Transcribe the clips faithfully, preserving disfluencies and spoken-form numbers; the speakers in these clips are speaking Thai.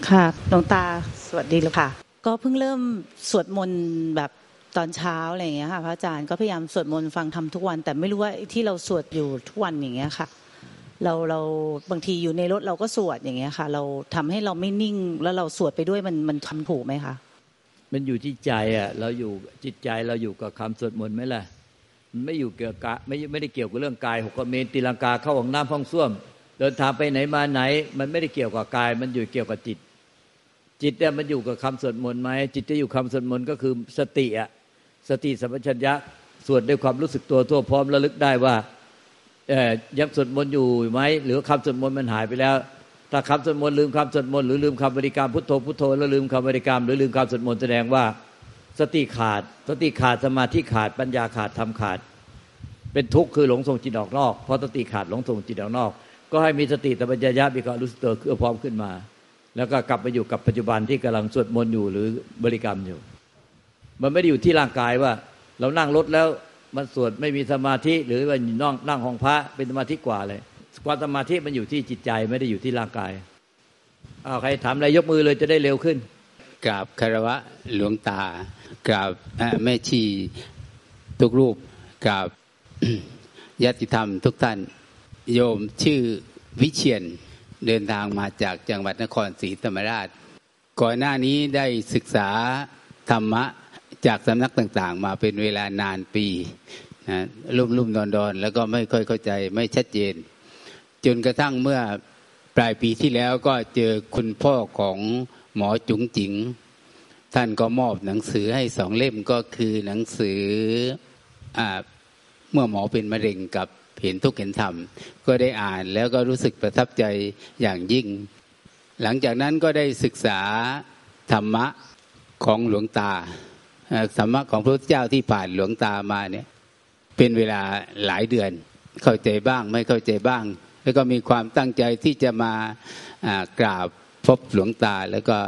ค่ะหลวงตาสวัสดีเลยค่ะก็เพิ่งเริ่มสวดมนต์แบบตอนเช้าอะไรอย่างเงี้ยค่ะพระอาจารย์ก็พยายามสวดมนต์ฟังธรรมทุกวันแต่ไม่รู้ว่าที่เราสวดอยู่ทุกวันอย่างเงี้ยค่ะเราเราบางทีอยู่ในรถเราก็สวดอย่างเงี้ยค่ะเราทำให้เราไม่นิ่งแล้วเราสวดไปด้วยมันมันทำถูกไหมคะมันอยู่ที่ใจอ่ะเราอยู่จิตใจเราอยู่กับคำสวดมนต์ไหมล่ะมันไม่อยู่เกี่ยวกับไม่ไม่ได้เกี่ยวกับเรื่องกายหกเมนตีลังกาเข้าห้องน้ำห้องส้วมเดินทางไปไหนมาไหนมันไม่ได้เกี่ยวกับกายมันอยู่เกี่ยวกับจิตจิตเนี่ยมันอยู่กับคำสวดมนต์ไหมจิตจะอยู่คำสวดมนต์ก็คือสติอ่ะสติสัมปชัญญะสวดด้วยความรู้สึกตัวทั่วพร้อมระลึกได้ว่าเอ่อยังสวดมนต์อยู่ไหมหรือคำสวดมนต์มันหายไปแล้วถ้าคำสวดมนต์ลืมคำสวดมนต์หรือลืมคำบริกรรมพุทโธพุทโธแล้วลืมคำบริกรรมหรือลืมคำสวดมนต์แสดงว่าสติขาดสติขาดสมาธิขาดปัญญาขาดธรรมขาดเป็นทุกข์คือหลงส่งจิตออกนอกเพราะสติขาดหลงส่งจิตออกนอกก็ให้มีสติสัมปชัญญะมีความรู้สึกตัวคือพร้อมขึ้นมาแล้วก็กลับไปอยู่กับปัจจุบันที่กำลังสวดมนต์อยู่หรือบริกรรมอยู่มันไม่ได้อยู่ที่ร่างกายว่าเรานั่งรถแล้วมันสวดไม่มีสมาธิหรือว่านั่งนั่งห้องพระเป็นสมาธิกว่าเลยความสมาธิมันอยู่ที่จิตใจไม่ได้อยู่ที่ร่างกายอ้าวใครถามอะไรยกมือเลยจะได้เร็วขึ้นกราบคารวะหลวงตากราบแม่ชีทุกรูปกราบญาติธรรมทุกท่านโยมชื่อวิเชียรเดินทางมาจากจังหวัดนครศรีธรรมราชก่อนหน้านี้ได้ศึกษาธรรมะจากสำนักต่างๆมาเป็นเวลานานปีนะลุ่มๆดอนๆแล้วก็ไม่ค่อยเข้าใจไม่ชัดเจนจนกระทั่งเมื่อปลายปีที่แล้วก็เจอคุณพ่อของหมอจุ๋งจิ๋งท่านก็มอบหนังสือให้สองเล่มก็คือหนังสืออ่าเมื่อหมอเป็นมะเร็งกับเห็นทุกข์เห็นธรรมก็ได้อ่านแล้วก็รู้สึกประทับใจอย่างยิ่งหลังจากนั้นก็ได้ศึกษาธรรมะของหลวงตาธรรมะของพระพุทธเจ้าที่ผ่านหลวงตามาเนี่ยเป็นเวลาหลายเดือนเข้าใจบ้างไม่เข้าใจบ้างแล้วก็มีความตั้งใจที่จะมากราบพบหลวงตาแล้วก็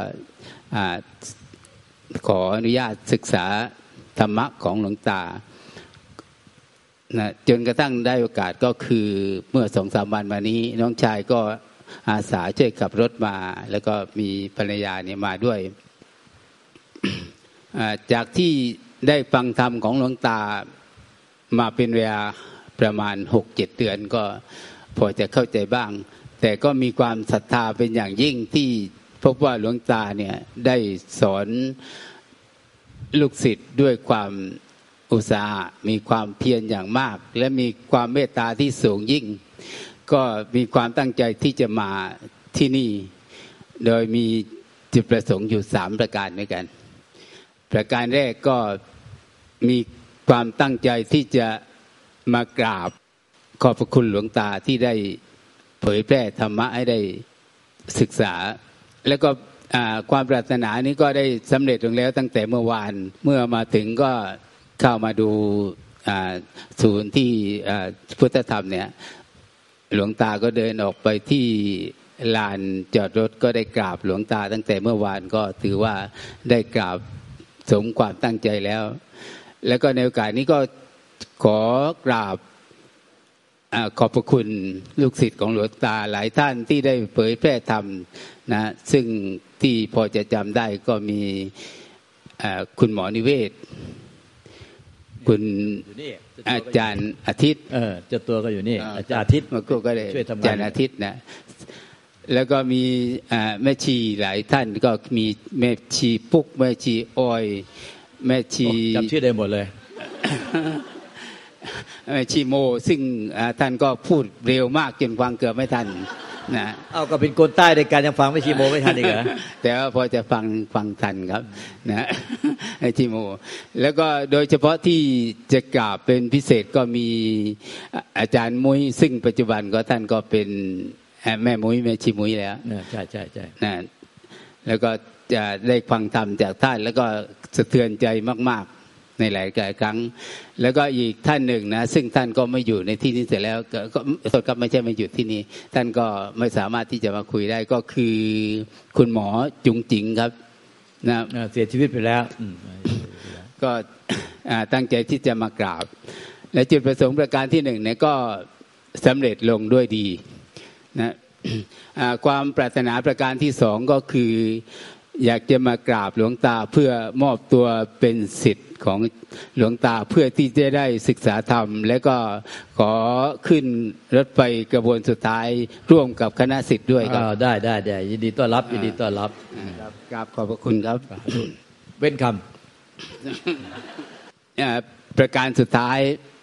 ขออนุญาตศึกษาธรรมะของหลวงตานะจนกระทั่งได้โอกาสก็คือเมื่อสองสามวันมานี้น้องชายก็อาสาช่วยขับรถมาแล้วก็มีภรรยาเนี่ยมาด้วย จากที่ได้ฟังธรรมของหลวงตามาเป็นเวลาประมาณ หกเจ็ด เดือนก็พอจะเข้าใจบ้างแต่ก็มีความศรัทธาเป็นอย่างยิ่งที่พบว่าหลวงตาเนี่ยได้สอนลูกศิษย์ด้วยความอุตสาหะมีความเพียรอย่างมากและมีความเมตตาที่สูงยิ่งก็มีความตั้งใจที่จะมาที่นี่โดยมีจุดประสงค์อยู่สามประการด้วยกันประการแรกก็มีความตั้งใจที่จะมากราบขอบพระคุณหลวงตาที่ได้เผยแพร่ธรรมะให้ได้ศึกษาแล้วก็ความปรารถนานี้ก็ได้สำเร็จลงแล้วตั้งแต่เมื่อวานเมื่อมาถึงก็เข้ามาดูศูนย์ที่พุทธธรรมเนี่ยหลวงตาก็เดินออกไปที่ลานจอดรถก็ได้กราบหลวงตาตั้งแต่เมื่อวานก็ถือว่าได้กราบสมความตั้งใจแล้วแล้วก็ในโอกาสนี้ก็ขอกราบขอบพระคุณลูกศิษย์ของหลวงตาหลายท่านที่ได้เผยแพร่ธรรมนะซึ่งที่พอจะจำได้ก็มีคุณหมอนิเวศคุณอาจารย์อาทิตย์เออเจ้าตัวก็อยู่นี่อาจารย์อาทิตย์มาก็ได้ช่วยทำงานอาจารย์อาทิตย์นะแล้วก็มีแม่ชีหลายท่านก็มีแม่ชีปุ๊กแม่ชีออยแม่ชีจำชื่อได้หมดเลยแม่ชีโมซึ่งท่านก็พูดเร็วมากจนฟังเกือบไม่ทันนะเอาก็เป็นคนใต้ในการยังฟังแม่ชีโมไม่ทันอีกเหรอแต่ว่าพอจะฟังฟังทันครับนะแม่ชีโมแล้วก็โดยเฉพาะที่จะกราบเป็นพิเศษก็มีอาจารย์มุ้ยซึ่งปัจจุบันก็ท่านก็เป็นแม่มุ้ยแม่ชีมุ้ยแล้วใช่ใช่ใช่นะแล้วก็จะได้ฟังธรรมจากท่านแล้วก็สะเทือนใจมากๆในหลายครั้งแล้วก็อีกท่านหนึ่งนะซึ่งท่านก็ไม่อยู่ในที่นี้เสร็จแล้วก็สดก็ไม่ใช่ไม่อยู่ที่นี่ท่านก็ไม่สามารถที่จะมาคุยได้ก็คือคุณหมอจุ๋งจิ๋งครับนะเสียชีวิตไปแล้วก็ตั้งใจที่จะมากราบและจุดประสงค์ประการที่หนึ่งเนี่ยก็สำเร็จลงด้วยดีนะความปรารถนาประการที่สองก็คืออยากจะมากราบหลวงตาเพื่อมอบตัวเป็นศิษย์ของหลวงตาเพื่อที่จะได้ศึกษาธรรมและก็ขอขึ้นรถไฟกระบวนสุดท้ายร่วมกับคณะศิษย์ด้วยครับได้ได้ได้ยินดีต้อนรับยินดีต้อนรับครับขอบพระคุณครับเว้นคำประการสุดท้าย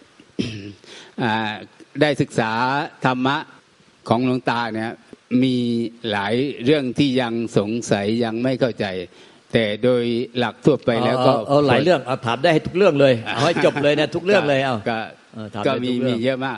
ได้ศึกษาธรรมะของหลวงตาเนี่ยมีหลายเรื่องที่ยังสงสัยยังไม่เข้าใจแต่โดยหลักทั่วไปแล้วก็เอาหลายเรื่องเอาถามได้ให้ทุกเรื่องเลยเอาให้จบเลยนะทุกเรื่องเลยเอาก็ก็มีมีเยอะมาก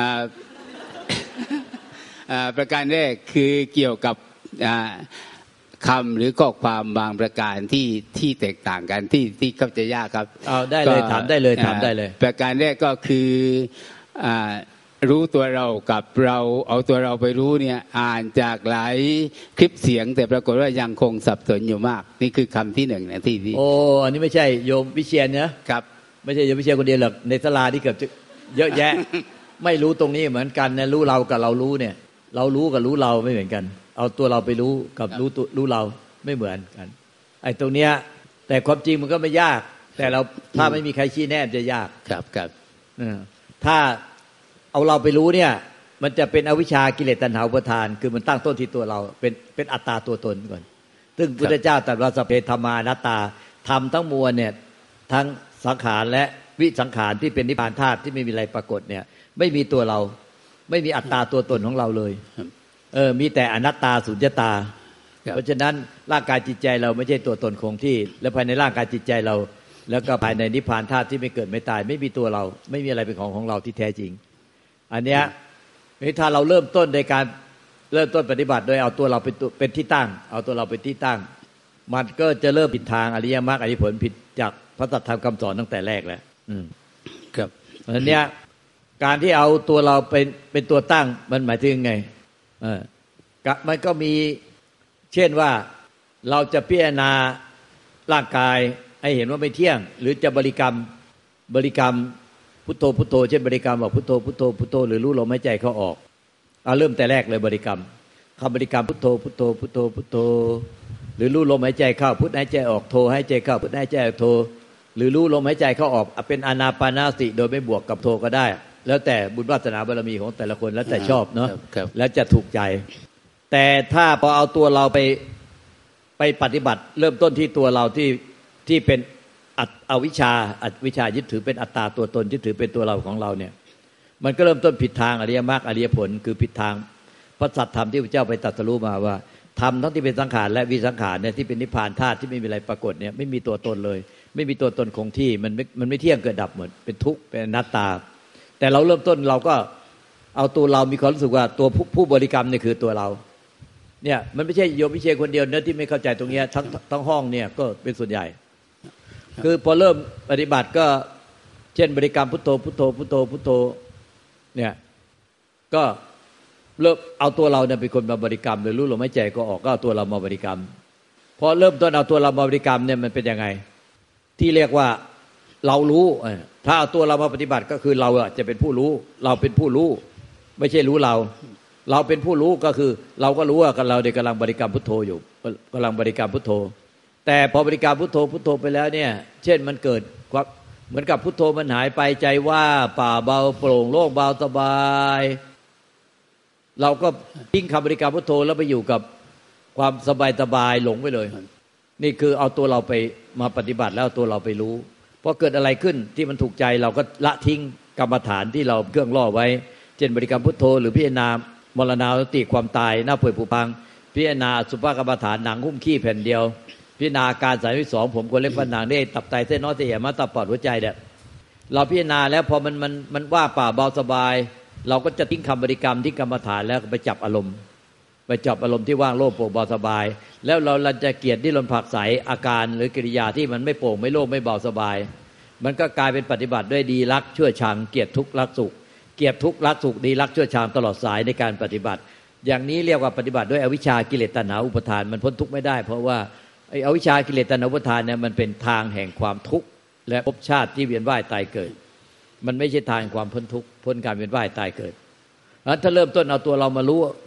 ประการแรกคือเกี่ยวกับคำหรือข้อความบางประการที่ที่แตกต่างกันที่ที่เข้าใจยากครับเอาได้เลยถามได้เลยถามได้เลยประการแรกก็คือรู้ตัวเรากับเราเอาตัวเราไปรู้เนี่ยอ่านจากหลายคลิปเสียงแต่ปรากฏว่ายังคงสับสนอยู่มากนี่คือคำที่หนึ่งนะที่ที่โอ้อันนี้ไม่ใช่โยมวิเชียรนะครับไม่ใช่โยมวิเชียรคนเดียวหรอกในศาลาที่เกือบจะเยอะแยะ ไม่รู้ตรงนี้เหมือนกันนะรู้เรากับเรารู้เนี่ยเรารู้กับรู้เราไม่เหมือนกันเอาตัวเราไปรู้กับรู้ตัวรู้เราไม่เหมือนกันไอ้ตรงเนี้ยแต่ความจริงมันก็ไม่ยากแต่เราถ้าไม่มีใครชี้แนะจะยากครับครับถ้าเอาเราไปรู้เนี่ยมันจะเป็นอวิชชากิเลสตัณหาอุปาทานคือมันตั้งต้นที่ตัวเราเป็นเป็นอัตตาตัวตนก่อนซึ่งพุทธเจ้าตรัสว่าสัพเพธัมมานัตตาธรรมทั้งมวลเนี่ยทั้งสังขารและวิสังขารที่เป็นนิพพานธาตุที่ไม่มีอะไรปรากฏเนี่ยไม่มีตัวเราไม่มีอัตตาตัวตนของเราเลยเออมีแต่อนัตตาสุญญตาเพราะฉะนั้นร่างกายจิตใจเราไม่ใช่ตัวตนคงที่และภายในร่างกายจิตใจเราแล้วก็ภายในนิพพานธาตุที่ไม่เกิดไม่ตายไม่มีตัวเราไม่มีอะไรเป็นของของเราที่แท้จริงอันเนี้ยถ้าเราเริ่มต้นในการเริ่มต้นปฏิบัติโดยเอาตัวเราเป็นเป็นที่ตั้งเอาตัวเราเป็นที่ตั้งมันก็จะเริ่มผิดทางอริยมรรคอริยผลผิดจากพระสัทธรรมคำสอนตั้งแต่แรกแล้วครับอันเนี้ยการที่เอาตัวเราเป็นเป็นตัวตั้งมันหมายถึงไงเออมันก็มีเช่นว่าเราจะพิจารณาร่างกายให้เห็นว่าไม่เที่ยงหรือจะบริกรรมบริกรรมพุทโธพุทโธเช่นบริกรรมบอกพุทโธพุทโธพุทโธหรือรู้ลมหายใจเข้าออกเอาเริ่มแต่แรกเลยบริกรรมคำบริกรรมพุทโธพุทโธพุทโธพุทโธหรือรู้ลมหายใจเข้าพุทหายใจออกโธหายใจเข้าพุทหายใจออกโธหรือรู้ลมหายใจเข้าออกเป็นอานาปานสติโดยไม่บวกกับโธก็ได้แล้วแต่บุญวาสนาบารมีของแต่ละคนแล้วแต่ชอบเนาะแล้วจะถูกใจแต่ถ้าพอเอาตัวเราไปไปปฏิบัติเริ่มต้นที่ตัวเราที่ที่เป็นอวิชชาอวิชชายึดถือเป็นอัตตาตัวตนยึดถือเป็นตัวเราของเราเนี่ยมันก็เริ่มต้นผิดทางอริยมรรคอริยผลคือผิดทางพระสัทธรรมที่พระเจ้าไปตรัสรู้มาว่าธรรมทั้งที่เป็นสังขารและวิสังขารเนี่ยที่เป็นนิพพานธาตุที่ไม่มีอะไรปรากฏเนี่ยไม่มีตัวตนเลยไม่มีตัวตนคงที่มันไม่มันไม่เที่ยงเกิดดับหมดเป็นทุกข์เป็นอนัตตาแต่เราเริ่มต้นเราก็เอาตัวเรามีความรู้สึกว่าตัวผู้ผู้บริกรรมเนี่ยคือตัวเราเนี่ยมันไม่ใช่โยมวิเชียรคนเดียวเนื้อที่ไม่เข้าใจตรงนี้ทั้งทั้งห้องเนี่ยก็เป็นส่วนใหญ่คือพอเริ่มปฏิบัติก็เช่นบริกรรมพุทโธพุทโธพุทโธพุทโธเนี่ยก็เริ่มเอาตัวเราเนี่ยเป็นคนมาบริกรรมหรือรู้ลมหายใจก็ออกก็เอาตัวเรามาบริกรรมพอเริ่มต้นเอาตัวเรามาบริกรรมเนี่ยมันเป็นยังไงที่เรียกว่าเรารู้ถ้าเอาตัวเรามาปฏิบัติก็คือเราจะเป็นผู้รู้เราเป็นผู้รู้ไม่ใช่รู้เราเราเป็นผู้รู้ก็คือเราก็รู้ว่าเราเด็กกำลังบริกรรมพุทโธอยู่กำลังบริกรรมพุทโธแต่พอบริกรรมพุทโธพุทโธไปแล้วเนี่ยเช่นมันเกิดความเหมือนกับพุทโธมันหายไปใจว่าป่าเบาโปร่งโล่งเบาสบายเราก็ทิ้งคำบริกรรมพุทโธแล้วไปอยู่กับความสบายสบายหลงไปเลยนี่คือเอาตัวเราไปมาปฏิบัติแล้วตัวเราไปรู้พอเกิดอะไรขึ้นที่มันถูกใจเราก็ละทิ้งกรรมฐานที่เราเครื่องล่อไว้เช่นบริกรรมพุทโธหรือพิจารณามรณานุสติความตายหน้าเปื่อยผุพังพิจารณาสุภกรรมฐานหนังหุ้มขี้แผ่นเดียวพิจารณาการสายที่สองผมคนเล็กฟันหนังได้ตับไตเส้นน้อยเส้นใหญ่มาตับปอดหัวใจเนี่ยเราพิจารณาแล้วพอมันมันมันว่าป่าเบาสบายเราก็จะทิ้งคำบริกรรมที่กรรมฐานแล้วไปจับอารมณ์ไปจับอารมณ์ที่ว่างโล่งโปร่งเบาสบายแล้วเราเราจะเกียรติที่ลมผักใสอาการหรือกิริยาที่มันไม่โปร่งไม่โล่งไม่เบาสบายมันก็กลายเป็นปฏิบัติด้วยดีรักชั่วชังเกียรติทุกข์รักสุขเกียรติทุกข์รักสุขดีรักชั่วชังตลอดสายในการปฏิบัติอย่างนี้เรียกว่าปฏิบัติด้วยอวิชชากิเลสตัณหาอุปาทานมันพ้นทุกข์ไม่ได้เพราะว่าไอ้อวิชชากิเลสตัณหาอุปาทานเนี่ยมันเป็นทางแห่งความทุกข์และภพชาติที่เวียนว่ายตายเกิดมันไม่ใช่ทางแห่งความพ้นทุกข์พ้นการเวียนว่ายตายเกิดถ้าเริ่มต้นเอาตัวเรามารู้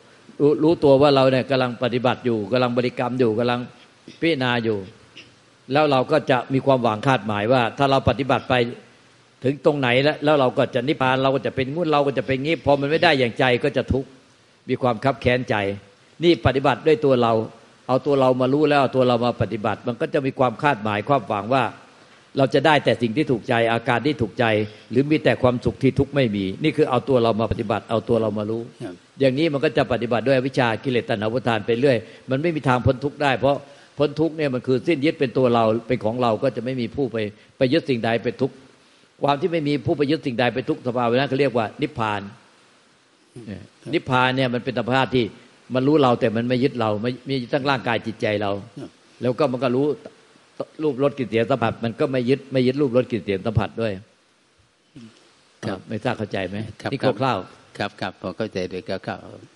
รู้รู้ตัวว่าเราเนี่ยกำลังปฏิบัติอยู่กำลังบริกรรมอยู่กำลังพิจารณาอยู่แล้วเราก็จะมีความหวังคาดหมายว่าถ้าเราปฏิบัติไปถึงตรงไหนแล้วแล้วเราก็จะนิพพานเราก็จะเป็นงุ่นเราก็จะเป็นงี้พอมันไม่ได้อย่างใจก็จะทุกข์มีความคับแค้นใจนี่ปฏิบัติด้วยตัวเราเอาตัวเรามารู้แล้วเอาตัวเรามาปฏิบัติมันก็จะมีความคาดหมายความหวังว่าเราจะได้แต่สิ่งที่ถูกใจอาการที่ถูกใจหรือมีแต่ความสุขที่ทุกข์ไม่มีนี่คือเอาตัวเรามาปฏิบัติเอาตัวเรามารู้อย่างนี้มันก็จะปฏิบัติด้วยวิชากิเลสตัณหาอุปาทานไปเรื่อยมันไม่มีทางพ้นทุกข์ได้เพราะพ้นทุกข์เนี่ยมันคือสิ้นยึดเป็นตัวเราเป็นของเราก็จะไม่มีผู้ไปไปยึดสิ่งใดเป็นทุกข์ความที่ไม่มีผู้ไปยึดสิ่งใดเป็นทุกข์สภาวะนั้นเขาเรียกว่านิพพานนิพพานเนี่ยมันเป็นธรรมชาติที่มันรู้เราแต่มันไม่ยึดเราไม่มีทั้งร่างกายจิตใจเราแล้วก็มันก็รู้รูปรสกลิ่นเสียงสัมผัสมันก็ไม่ยึดไม่ยึดรูปรสกลิ่นเสียงสัมผัสด้วยครับไม่ทราบเข้าใจไหมนี่คร่าวๆครับครับพอเข้าใจโดยคร่าว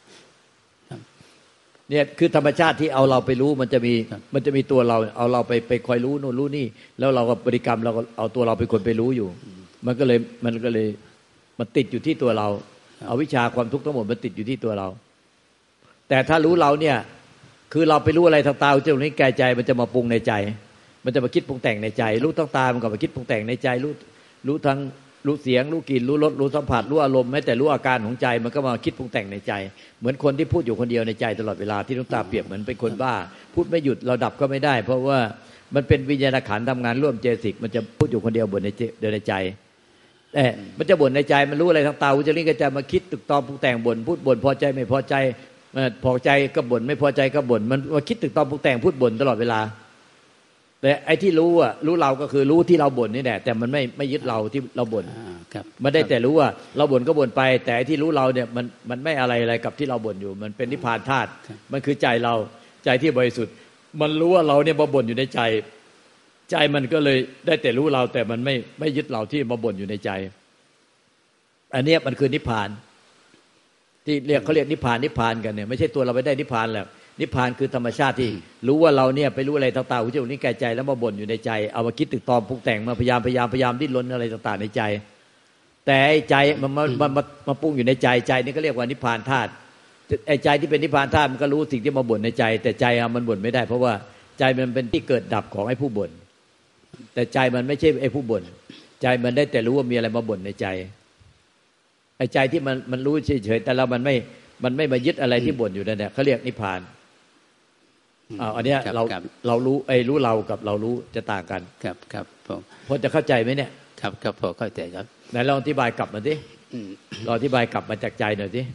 ๆเนี่ยคือธรรมชาติที่เอาเราไปรู้มันจะมีมันจะมีตัวเราเอาเราไปไปคอยรู้โน่นรู้นี่แล้วเราก็บริกรรมเราก็เอาตัวเราเป็นคนไปรู้อยู่มันก็เลยมันก็เลยมันติดอยู่ที่ตัวเราเอาวิชาความทุกข์ทั้งหมดมันติดอยู่ที่ตัวเราแต่ถ้ารู้เราเนี่ยคือเราไปรู้อะไรทางตาหูจมูกลิ้นกายใจมันจะมาปรุงในใจมันจะมาคิดปรุงแต่งในใจรู้ทางตามันก็มาคิดปรุงแต่งในใจรู้รู้ทางรู้เสียงรู้กลิ่นรู้รสรู้สัมผัสรู้อารมณ์แม้แต่รู้อาการของใจมันก็มาคิดปรุงแต่งในใจเหมือนคนที่พูดอยู่คนเดียวในใจตลอดเวลาที่หลวงตาเปรียบเหมือนเป็นคนบ้าพูดไม่หยุดเราดับก็ไม่ได้เพราะว่ามันเป็นวิญญาณขันธ์ทำงานร่วมเจสิกมันจะพูดอยู่คนเดียวบ่นในเดียวในใจแต่มันจะบ่นในใจมันรู้อะไรทางตาหูจมูกลิ้นกายใจมาคิดตึกตอมปรุงแต่งบ่นพูดบ่นพอใจไม่พอใจพอใจก็บ่นไม่พอใจก็บ่นมันมาคิดตึกตอมปรุงแต่งพูดบ่นตลอดเวลาแต่ไอ้ที่รู้อ่ะรู้เราก็คือรู้ที่เราบ่นนี่แหละแต่มันไม่ไม่ยึดเราที่เราบ่นมันได้แต่รู้ว่าเราบ่นก็บ่นไปแต่ไอ้ที่รู้เราเนี่ยมันมันไม่อะไรอะไรกับที่เราบ่นอยู่มันเป็นนิพพานธาตุมันคือใจเราใจที่บริสุทธิ์มันรู้ว่าเราเนี่ยมาบ่นอยู่ในใจใจมันก็เลยได้แต่รู้เราแต่มันไม่ไม่ยึดเราที่มาบ่นอยู่ในใจอันนี้มันคือนิพพานที่เรียกเขาเรียกนิพพานนิพพานกันเนี่ยไม่ใช่ตัวเราไปได้นิพพานแหละนิพพานคือธรรมชาติที่รู้ว่าเราเนี่ยไปรู้อะไรต่างๆหูจมูกลิ้นกายใจแล้วมาบ่นอยู่ในใจเอามาคิดตึกตอมปรุงแต่งมาพยายามพยายามพยายามดิ้นรนอะไรต่างๆในใจแต่ไอ้ใจมันมามามามาปรุงอยู่ในใจใจนี่ก็เรียกว่านิพพานธาตุไอ้ใจที่เป็นนิพพานธาตุมันก็รู้สิ่งที่มาบ่นในใจแต่ใจมันบ่นไม่ได้เพราะว่าใจมันเป็นที่เกิดดับของไอ้ผู้บ่นแต่ใจมันไม่ใช่ไอ้ผู้บ่นใจมันได้แต่รู้ว่ามีอะไรมาบ่นในใจไอ้ใจที่มันมันรู้เฉยๆแต่เรามันไม่มันไม่มายึดอะไรที่บ่นอยู่นั่นแหละเขาเรียกนิพพานอ่าอันเนี้ยเราเรารู้ไอ้รู้เรากับเรารู้จะต่างกันครับครับผมพอจะเข้าใจไหมเนี่ยครับครับพอเข้าใจครับไหนลองอธิบายกลับมาสิลองอธิบายกลับมาจากใจหน่อยสิ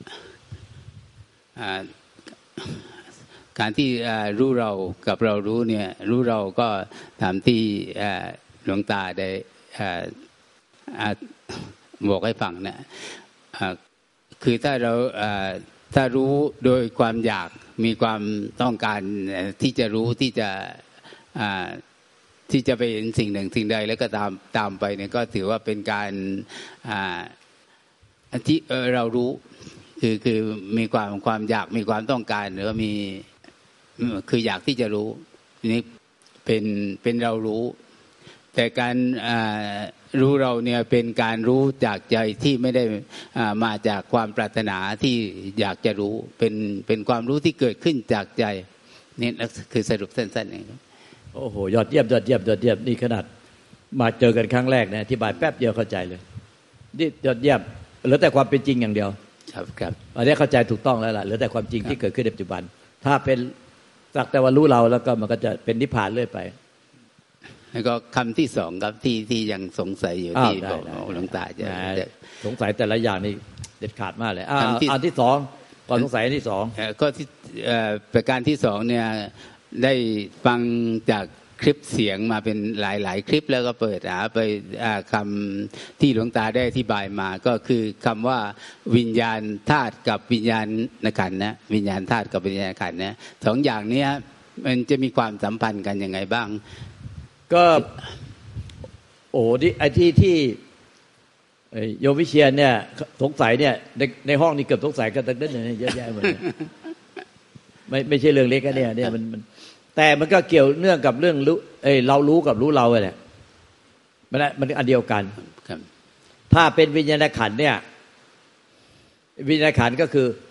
การที่รู้เรากับเรารู้เนี่ยรู้เราก็ตามที่หลวงตาได้บอกให้ฟังเนี่ยคือถ้าเราถ้ารู้โดยความอยากมีความต้องการที่จะรู้ที่จะที่จะไปเห็นสิ่งหนึ่งสิ่งใดแล้วก็ตามตามไปเนี่ยก็ถือว่าเป็นการที่เรารู้คือคือมีความความอยากมีความต้องการหรือว่ามีคืออยากที่จะรู้นี่เป็นเป็นเรารู้แต่การรู้เราเนี่ยเป็นการรู้จากใจที่ไม่ได้มาจากความปรารถนาที่อยากจะรู้เป็นเป็นความรู้ที่เกิดขึ้นจากใจนี่คือสรุปสั้นๆเองโอ้โหยอดเยี่ยมยอดเยี่ยมยอดเยี่ยมนี่ขนาดมาเจอกันครั้งแรกเนี่ยอธิบายแป๊บเดียวเข้าใจเลยนี่ยอดเยี่ยมเหลือแต่ความเป็นจริงอย่างเดียวครับครับอันนี้เข้าใจถูกต้องแล้วล่ะเหลือแต่ความจริงที่เกิดขึ้นในปัจจุบันถ้าเป็นสักแต่ว่ารู้เราแล้วก็มันก็จะเป็นนิพพานเรื่อยไปแล้วก็คำที่สองครับที่ที่ยังสงสัยอยู่ที่บอกหลวงตาจะสงสัยแต่ละอย่างนี่เด็ดขาดมากเลยอ่าอันที่สองก่อนสงสัยอันที่สองก็ที่ประการที่สองเนี่ยได้ฟังจากคลิปเสียงมาเป็นหลายๆคลิปแล้วก็เปิดหาไปคำที่หลวงตาได้อธิบายมาก็คือคำว่าวิญญาณธาตุกับวิญญาณขันธ์นะวิญญาณธาตุกับวิญญาณขันธ์นะสองอย่างนี้มันจะมีความสัมพันธ์กันยังไงบ้างก็โอ้ที่ไอ้ที่ที่โยมวิเชียรเนี่ยสงสัยเนี่ยในในห้องนี้เกือบสงสัยกันตั้งแต่เนี่ยเยอะแยะหมดเลยไม่ไม่ใช่เรื่องเล็กนะเนี่ยเนี่ยมันมันแต่มันก็เกี่ยวเนื่องกับเรื่องรู้เอ้ยเรารู้กับรู้เราแหละมันมันอันเดียวกันถ้าเป็นวิญญาณขันธ์เนี่ยวิญญาณขันธ์ก็คือ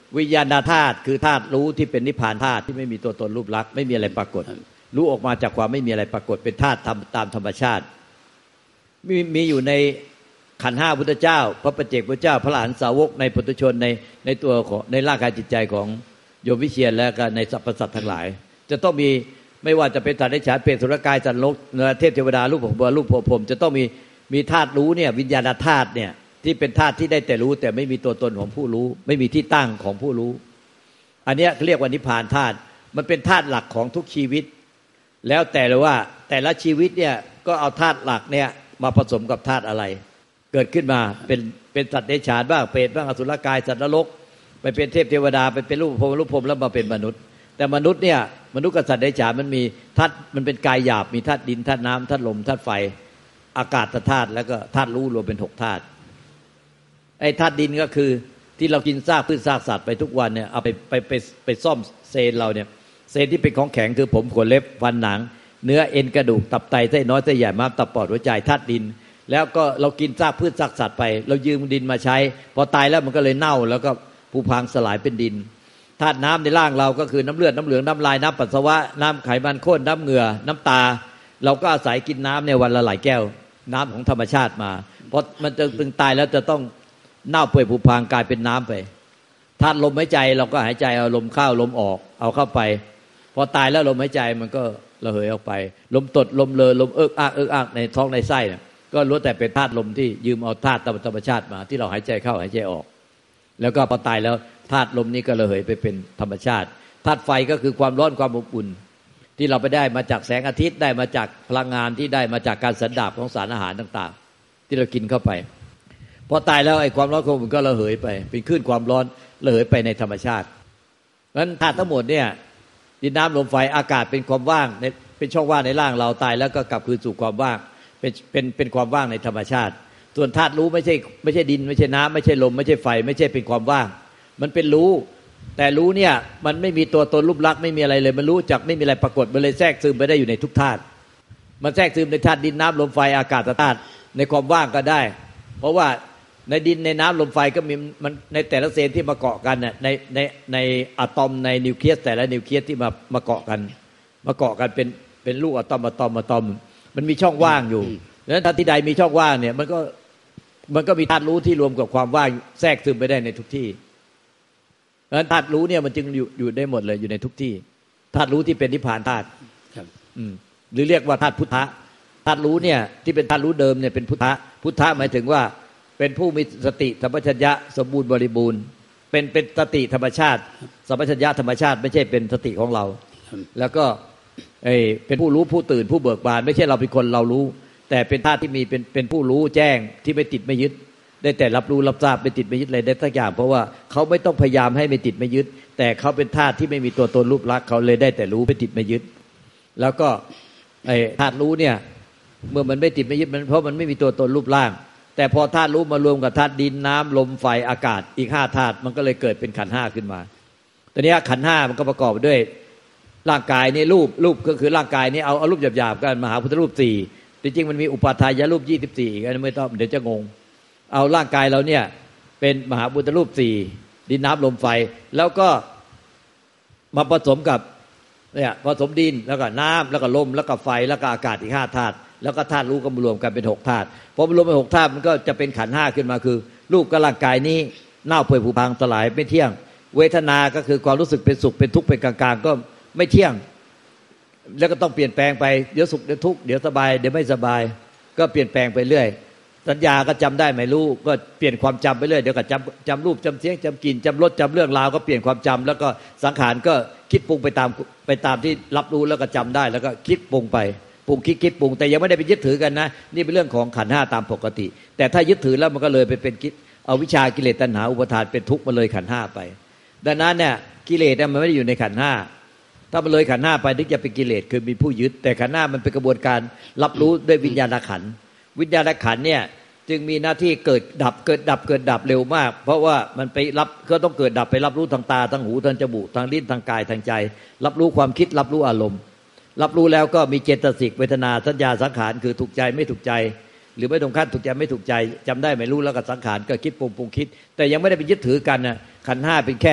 วิญญาณธาตุคือธาตุรู้ที่เป็นนิพพานธาตุที่ไม่มีตัวตนรูปลักษณ์ไม่มีอะไรปรากฏรู้ออกมาจากความไม่มีอะไรปรากฏเป็นธาตุตามธรรมชาติมีมีอยู่ในขันธ์ห้าพุทธเจ้าพระปัจเจกพุทธเจ้าพระอรหันตสาวกในปุถุชนในในตัวของในร่างกายจิตใจของโยมวิเชียรและก็ในสรรพสัตว์ทั้งหลายจะต้องมีไม่ว่าจะเป็นสัตว์เดรัจฉานเปรตสุรกายสัตว์โลกเทพเทวดารูปของบุญรูปโพพรหมจะต้องมีมีธาตุรู้เนี่ยวิญญาณธาตุเนี่ยที่เป็นธาตุที่ได้แต่รู้แต่ไม่มีตัวตนของผู้รู้ไม่มีที่ตั้งของผู้รู้อันนี้เรียกว่านิพพานธาตุมันเป็นธาตุหลักของทุกชีวิตแล้วแต่เลยว่าแต่ละชีวิตเนี่ยก็เอาธาตุหลักเนี่ยมาผสมกับธาตุอะไรเกิดขึ้นมาเป็นเป็นสัตว์เดรัจฉานบ้างเปรตบ้างอสุรกายสัตว์นรกไปเป็นเทพเทวดาไปเป็นรูปพรหมรูปพรหมแล้วมาเป็นมนุษย์แต่มนุษย์เนี่ยมนุษย์กับสัตว์เดรัจฉานมันมีธาตุมันเป็นกายหยาบมีธาตุดินธาตุน้ำธาตุลมธาตุไฟอากาศธาตุแล้วก็ธาตุรู้รวมเป็นหกธาตุไอ้ธาตุดินก็คือที่เรากินซากพืชซากสัตว์ไปทุกวันเนี่ยเอาไปไปไปไปซ่อมเซลล์เราเนี่ยเซลล์ที่เป็นของแข็งคือผมขนเล็บฟันหนังเนื้อเอ็นกระดูกตับไตไส้น้อยไส้ใหญ่ม้ามตับปอดหัวใจธาตุดินแล้วก็เรากินซากพืชซากสัตว์ไปเรายืมดินมาใช้พอตายแล้วมันก็เลยเน่าแล้วก็ผุพังสลายเป็นดินธาตุน้ำในร่างเราก็คือน้ำเลือดน้ำเหลืองน้ำลายน้ำปัสสาวะน้ำไขมันข้นน้ำเหงื่อน้ำตาเราก็อาศัยกินน้ำในวันละหลายแก้วน้ำของธรรมชาติมาเพราะมันจะถึงตายแล้วจะต้องเน่าเปื่อยผุพังกลายเป็นน้ำไปธาตุลมหายใจเราก็หายใจเอาลมเข้าลมออกเอาเข้าไปพอตายแล้วลมหายใจมันก็ระเหยออกไปลมตดลมเลอลมเอิกอักเอิกอักในท้องในไส้เนี่ยก็ล้วนแต่เป็นธาตุลมที่ยืมเอาธาตุธรรมชาติมาที่เราหายใจเข้าหายใจออกแล้วก็พอตายแล้วธาตุลมนี้ก็ระเหยไปเป็นธรรมชาติธาตุไฟก็คือความร้อนความอบอุ่นที่เราไปได้มาจากแสงอาทิตย์ได้มาจากพลังงานที่ได้มาจากการสันดาปของสารอาหารต่างๆที่เรากินเข้าไปพอตายแล้วไอ้ความร้อนความอบอุ่นก็ระเหยไปเป็นคลื่นความร้อนระเหยไปในธรรมชาติเพราะฉะนั้นธาตุทั้งหมดเนี่ยดินน้ำลมไฟอากาศเป็นความว่างเป็นช่องว่างในร่างเราตายแล้วก็กลับคืนสู่ความว่างเป็นเป็นเป็นความว่างในธรรมชาติส่วนธาตุรู้ไม่ใช่ไม่ใช่ดินไม่ใช่น้ำไม่ใช่ลมไม่ใช่ไฟไม่ใช่เป็นความว่างมันเป็นรู้แต่รู้เนี่ยมันไม่มีตัวตนรูปลักษณ์ไม่มีอะไรเลยมันรู้จักไม่มีอะไรปรากฏมันเลยแทรกซึมไปได้อยู่ในทุกธาตุมันแทรกซึมในธาตุดินน้ำลมไฟอากาศธาตุในความว่างก็ได้เพราะว่าในดินในน้ำลมไฟก็มีมันในแต่ละเซลล์ที่มาเกาะกันน่ะในในในอะตอมในนิวเคลียสแต่ละนิวเคลียสที่มามาเกาะกันมาเกาะกันเป็นเป็นลูกอะตอมอะตอมอะตอมมันมีช่องว่างอยู่ดังนั้นถ้าที่ใดมีช่องว่างเนี่ยมันก็มันก็มีธาตุรู้ที่รวมกับความว่างแทรกซึมไปได้ในทุกที่ดังนั้นธาตุรู้เนี่ยมันจึงอยู่อยู่ได้หมดเลยอยู่ในทุกที่ธาตุรู้ที่เป็นนิพพานธาตุหรือเรียกว่าธาตุพุทธะธาตุรู้เนี่ยที่เป็นธาตุรู้เดิมเนี่ยเป็นพุทธะพุทธะหมายถึงว่าเป็นผู้มีสติสัมปชัญญะสมบูรณ์บริบูรณ์เป็นเป็นสติธรรมชาติสัมปชัญญะธรรมชาติไม่ใช่เป็นสติของเราแล้วก็ไอ้เป็นผู้รู้ผู้ตื่นผู้เบิกบานไม่ใช่เราเป็นคนเรารู้แต่เป็นธาตุที่มีเป็นเป็นผู้รู้แจ้งที่ไม่ติดไม่ยึดได้แต่รับรู้รับทราบไม่ติดไม่ยึดอะไรได้สักอย่างเพราะว่าเขาไม่ต้องพยายามให้ไม่ติดไม่ยึดแต่เขาเป็นธาตุที่ไม่มีตัวตนรูปลักษณ์เขาเลยได้แต่รู้ไม่ติดไม่ยึดแล้วก็ไอ้ธาตุรู้เนี่ยเมื่อมันไม่ติดไม่ยึดมันเพราะมันไม่มีตัวตนรูปร่างแต่พอธาตุรู้มารวมกับธาตุดินน้ำลมไฟอากาศอีกห้าธาตุมันก็เลยเกิดเป็นขันธ์ห้าขึ้นมาตอนนี้ขันธ์ห้ามันก็ประกอบด้วยร่างกายนี่รูปรูปก็คือร่างกายนี่เอาเอารูปหยาบๆกันมหาพุทธรูปสี่จริงๆมันมีอุปาทายรูปยี่สิบสี่อีกอันไม่ต้องเดี๋ยวจะงงเอาร่างกายเราเนี่ยเป็นมหาพุทธรูปสี่ดินน้ำลมไฟแล้วก็มาผสมกับเนี่ยผสมดินแล้วก็น้ำแล้วก็ลมแล้วก็ไฟแล้วก็อากาศอีกห้าธาตุแล้วก็ธาตุรู้ก็มารวมกันเป็นหกธาตุพอมารวมเป็นหกธาตุมันก็จะเป็นขันธ์ห้าขึ้นมาคือรูปกับร่างกายนี้เน่าเปื่อยผุพังสลายไม่เที่ยงเวทนาก็คือความรู้สึกเป็นสุขเป็นทุกข์เป็นกลางๆก็ไม่เที่ยงแล้วก็ต้องเปลี่ยนแปลงไปเดี๋ยวสุขเดี๋ยวทุกข์เดี๋ยวสบายเดี๋ยวไม่สบายก็เปลี่ยนแปลงไปเรื่อยสัญญาก็จำได้ไม่รู้ก็เปลี่ยนความจำไปเรื่อยเดี๋ยวก็จำจำรูปจำเสียงจำกลิ่นจำรสจำเรื่องราวก็เปลี่ยนความจำแล้วก็สังขารก็คิดปรุงไปตามไปตามที่รับรู้แล้วก็จำได้แล้วก็คิดปรุงไปปรุงคิดคิดปรุงแต่ยังไม่ได้ไปยึดถือกันนะนี่เป็นเรื่องของขันธ์ห้าตามปกติแต่ถ้ายึดถือแล้วมันก็เลยไปเป็นคิดเอาวิชากิเลสตัณหาอุปาทานเป็นทุกข์มาเลยขันธ์ห้าไปดังนั้นเนี่ยกิเลสมันไม่ได้อยู่ในขันธ์ห้าถ้ามันเลยขันธ์ห้าไปถึงจะเป็นกิเลสคือมีผู้ยึดแต่ขันธ์ห้ามันเป็นกระบวนการรับรู้ด้วยวิญญาณขันธ์วิญญาณขันธ์เนี่ยจึงมีหน้าที่เกิดดับเกิดดับเกิดดับเร็วมากเพราะว่ามันไปรับก็ต้องเกิดดับไปรับรู้ทางตาทางหูทางจมูกทางลิ้นทางกายทางใจรับรู้ความคิดรับรู้อารมณ์รับรู้แล้วก็มีเจตสิกเวทนาสัญญาสังขารคือถูกใจไม่ถูกใจหรือไม่ตรงขั้นถูกใจไม่ถูกใจจำได้ไม่รู้แล้วก็สังขารก็คิดปรุงปรุงคิดแต่ยังไม่ได้ไปยึดถือกันนะขันธ์ห้าเป็นแค่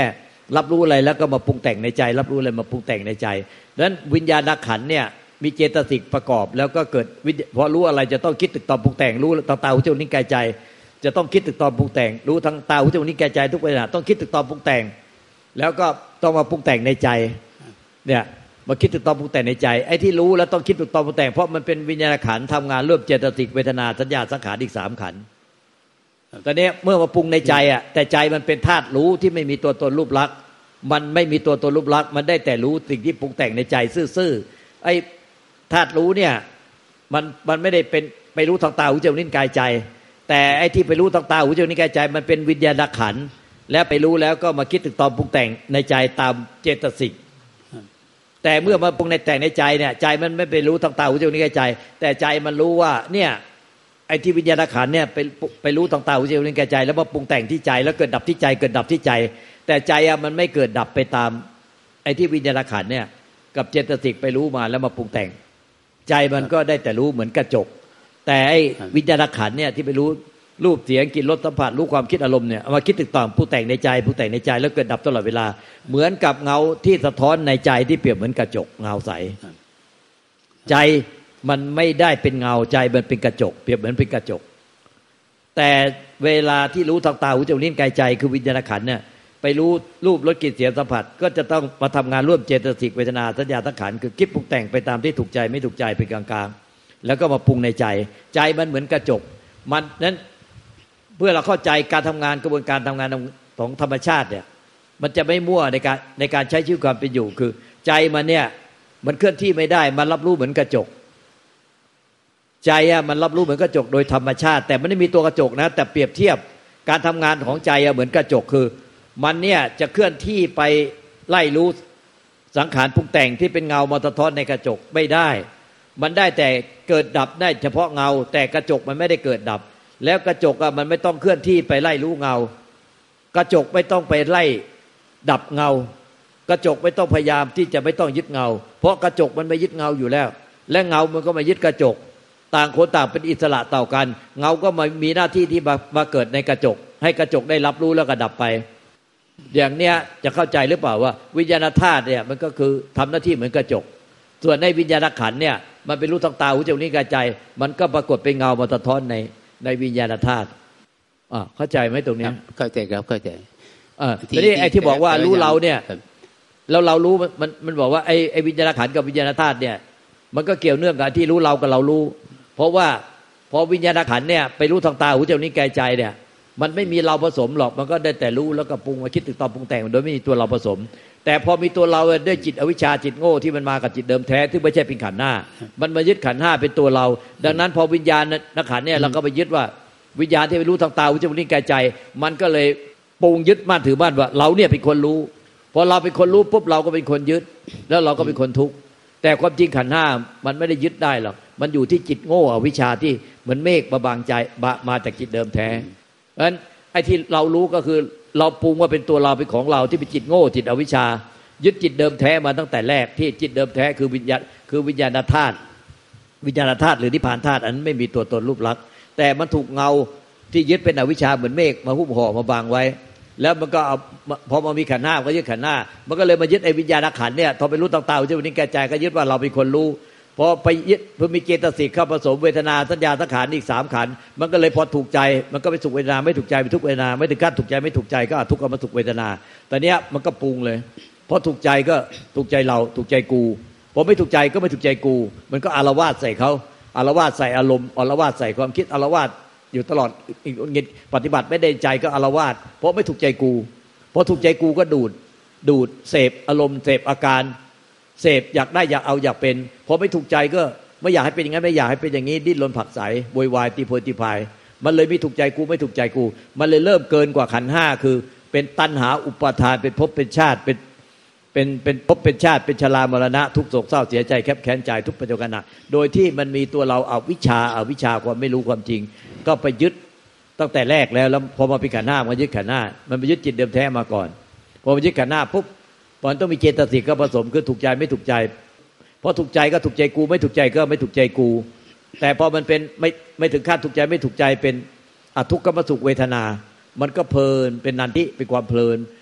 รับรู้อะไรแล้วก็มาปรุงแต่งในใจรับรู้อะไรมาปรุงแต่งในใจดังนั้นวิญญาณขันธ์เนี่ยมีเจตสิกประกอบแล้วก็เกิดพอรู้อะไรจะต้องคิดตึกตอมปรุงแต่งรู้ทางตาหูจมูกลิ้นกายใจจะต้องคิดตึกตอมปรุงแต่งรู้ทางตาหูจมูกลิ้นกายใจทุกเวลาต้องคิดตึกตอมปรุงแต่งแล้วก็ต้องมาปรุงแต่งในใจเนี่ยมาคิดตึกตอมปรุงแต่งในใจไอ้ที่รู้แล้วต้องคิดตึกตอมปรุงแต่งเพราะมันเป็นวิญญาณขันธ์ทำงานร่วมเจตสิกเวทนาสัญญาสังขารอีกสามขันธ์ตอนนี้เมื่อมาปรุงในใจอ่ะแต่ใจมันเป็นธาตุรู้ที่ไม่มีตัวตนรูปลักษณ์มันไม่มีตัวตนรูปลักษณ์มันได้แต่รู้สิ่งที่ปรุงแต่งในใจซื่อๆไอ้ธาตุรู้เนี่ยมันมันไม่ได้เป็นไปรู้ทางตาหูจมูกลิ้นกายใจแต่ไอ้ที่ไปรู้ทางตาหูจมูกลิ้นกายใจมันเป็นวิญญาณขันธ์แล้วไปรู้แล้วก็มาคิดถึงตอนปรุงแต่งในใจตามเจตสิกแต่เมื่อมาปรุงในแต่งในใจเนี่ยใจมันไม่ไปรู้ทางตาหูจมูกลิ้นกายใจแต่ใจมันรู้ว่าเนี่ยไอ้ที่วิญญาณขันธ์เนี่ยไปไปรู้ทางตาหูจมูกลิ้นกายใจแล้วมาปรุงแต่งที่ใจแล้วเกิดดับที่ใจเกิดดับที่ใจแต่ใจอะมันไม่เกิดดับไปตามไอ้ที่วิญญาณขันธ์เนี่ยกับเจตสิกไปรู้มาแล้วมาปรุงแต่งใจมันก็ได้แต่รู้เหมือนกระจกแต่ไอ้วิญญาณขันธ์เนี่ยที่ไปรู้รูปเสียงกลิ่นรสสัมผัสรู้ความคิดอารมณ์เนี่ยเอามาคิดตึกตองปรุงแต่งในใจปรุงแต่งในใจแล้วเกิดดับตลอดเวลาเหมือนกับเงาที่สะท้อนในใจที่เปรียบเหมือนกระจกเงาใสใจมันไม่ได้เป็นเงาใจมันเป็นกระจกเปรียบเหมือนเป็นกระจกแต่เวลาที่รู้ทางตาหูจมูกลิ้นกายใจคือวิญญาณขันธ์เนี่ยไปรู้รูปรสกลิ่นเสียงสัมผัสก็จะต้องมาทำงานร่วมเจตสิกเวทนาสัญญาสังขารคือคิดปรุงแต่งไปตามที่ถูกใจไม่ถูกใจเป็นกลางๆแล้วก็มาปรุงในใจใจมันเหมือนกระจกมันนั้นเพื่อเราเข้าใจการทำงานกระบวนการทำงานของธรรมชาติเนี่ยมันจะไม่มั่วในการในการใช้ชีวิตความเป็นอยู่คือใจมันเนี่ยมันเคลื่อนที่ไม่ได้มันรับรู้เหมือนกระจกใจอ่ะมันรับรู้เหมือนกระจกโดยธรรมชาติแต่ไม่ได้มีตัวกระจกนะแต่เปรียบเทียบการทำงานของใจอ่ะเหมือนกระจกคือมันเนี่ยจะเคลื่อนที่ไปไล่รู้สังขารปรุงแต่งที่เป็นเงามาสะท้อนในกระจกไม่ได้มันได้แต่เกิดดับได้เฉพาะเงาแต่กระจกมันไม่ได้เกิดดับแล้วกระจกอ่ะมันไม่ต้องเคลื่อนที่ไปไล่รู้เงากระจกไม่ต้องไปไล่ดับเงากระจกไม่ต้องพยายามที่จะไม่ต้องยึดเงาเพราะกระจกมันไม่ยึดเงาอยู่แล้วและเงามันก็มายึดกระจกต่างคนต่างเป็นอิสระต่อกันเงาก็มามีหน้าที่ที่มามาเกิดในกระจกให้กระจกได้รับรู้แล้วก็ดับไปอย่างเนี้ยจะเข้าใจหรือเปล่าว่าวิญญาณธาตุเนี่ยมันก็คือทำหน้าที่เหมือนกระจกส่วนในวิญญาณขันธ์เนี่ยมันเป็นรู้ทางตาหูจมูกลิ้นกายใจมันก็ปรากฏเป็นเงามาสะท้อนในในวิญญาณธาตุอ่าเข้าใจไหมตรงนี้เข้าใจครับเข้าใจอ่าทีนี้ไอ้ที่บอกว่ารู้เราเนี่ยแล้วเรารู้มันมันบอกว่าไอ้ไอ้วิญญาณขันธ์กับวิญญาณธาตุเนี่ยมันก็เกี่ยวเนื่องกับที่รู้เรากับเรารู้เพราะว่าพอวิญญาณขันธ์เนี่ยไปรู้ทางตาหูจมูกลิ้นกายใจเนี่ยมันไม่มีเราผสมหรอกมันก็ได้แต่รู้แล้วก็ปรุงมาคิดตึกตอมปรุงแต่งโดยไม่มีตัวเราผสมแต่พอมีตัวเราด้วยจิตอวิชชาจิตโง่ที่มันมากับจิตเดิมแท้ที่ไม่ใช่เป็นขันธ์ห้ามันมายึดขันธ์ห้าเป็นตัวเราดังนั้นพอวิญญาณขันธ์เนี่ยเราก็ไปยึดว่าวิญญาณที่ไปรู้ทางตาหูจมูกลิ้นกายใจมันก็เลยปรุงยึดมั่นถือมั่นว่าเราเนี่ยเป็นคนรู้พอเราเป็นคนรู้ปุ๊บเราก็เป็นคนยึดแล้วเราก็เป็นคนทุกข์แต่ความจริงขันธ์ห้ามันไม่ได้ยึดได้หรอกมันอยู่ที่จิตโง่อวิชชาที่เหมือนเมฆมาบังใจมาจากจิตเดิมแท้เพราะฉะนั้นไอ้ที่เรารู้ก็คือเราปรุงว่าเป็นตัวเราเป็นของเราที่เป็นจิตโง่จิตอวิชชายึดจิตเดิมแท้มาตั้งแต่แรกที่จิตเดิมแท้คือวิญญาณคือวิญญาณธาตุวิญญาณธาตุหรือนิพพานธาตุอันนั้นไม่มีตัวตนรูปลักษณ์แต่มันถูกเงาที่ยึดเป็นอวิชชาเหมือนเมฆมาหุ้มห่อมาบังไว้แล้วมันก็เอาพอมามีขันธ์ห้าก็ยึดขันธ์ห้ามันก็เลยมายึดไอ้วิญญาณขันธ์เนี่ยพอไปรู้ต่างๆที่วันนี้แก่ใจก็ยึดว่าเราเป็นคนรู้พอไปยึดพอมีเจตสิกเข้าผสมเวทนาสัญญาสังขารอีกสามขันธ์มันก็เลยพอถูกใจมันก็ไปสุขเวทนาไม่ถูกใจไปทุกเวทนาไม่ถึงขั้นถูกใจไม่ถูกใจก็ทุกข์ก็มาสุขเวทนาตอนเนี้ยมันก็ปรุงเลยพอถูกใจก็ถูกใจเราถูกใจกูพอไม่ถูกใจก็ไม่ถูกใจกูมันก็อาละวาดใส่เขาอาละวาดใส่อารมณ์อาละวาดใส่ความคิดอาละวาดอยู่ตลอดปฏิบัติไม่ได้ใจก็อาละวาดเพราะไม่ถูกใจกูพอถูกใจกูก็ดูดดูดเสพอารมณ์เสพอาการเสพอยากได้อยากเอาอยากเป็นพอไม่ถูกใจก็ไม่อยากให้เป็นอย่างนั้นไม่อยากให้เป็นอย่างนี้ดิ้นรนผลักไสโวยวายตีโพยตีพายมันเลยไม่ถูกใจกูไม่ถูกใจกูมันเลยเริ่มเกินกว่าขันธ์ห้าคือเป็นตัณหาอุปาทานเป็นภพเป็นชาติเป็นเป็นเป็นภพเป็นชาติเป็นชรามรณะทุกโศกเศร้าเสียใจแคบแค้นใจทุกปัจจุบันโดยที่มันมีตัวเราเอาวิชาเอาวิชาความไม่รู้ความจริงก็ไปยึดตั้งแต่แรกแล้วแล้วพอมาเป็นขันธ์ห้ามันยึดขันธ์ห้ามันไปยึดจิตเดิมแท้มาก่อนพอมายึดขันธ์ห้าปุ๊บมันต้องมีเจตสิกก็ผสมคือถูกใจไม่ถูกใจพอถูกใจก็ถูกใจกูไม่ถูกใจก็ไม่ถูกใจกูแต่พอมันเป็นไม่ไม่ถึงขั้นถูกใจไม่ถูกใจเป็นอทุกขมสุขเวทนามันก็เพลินเป็นนันทิเป็นความเพลิน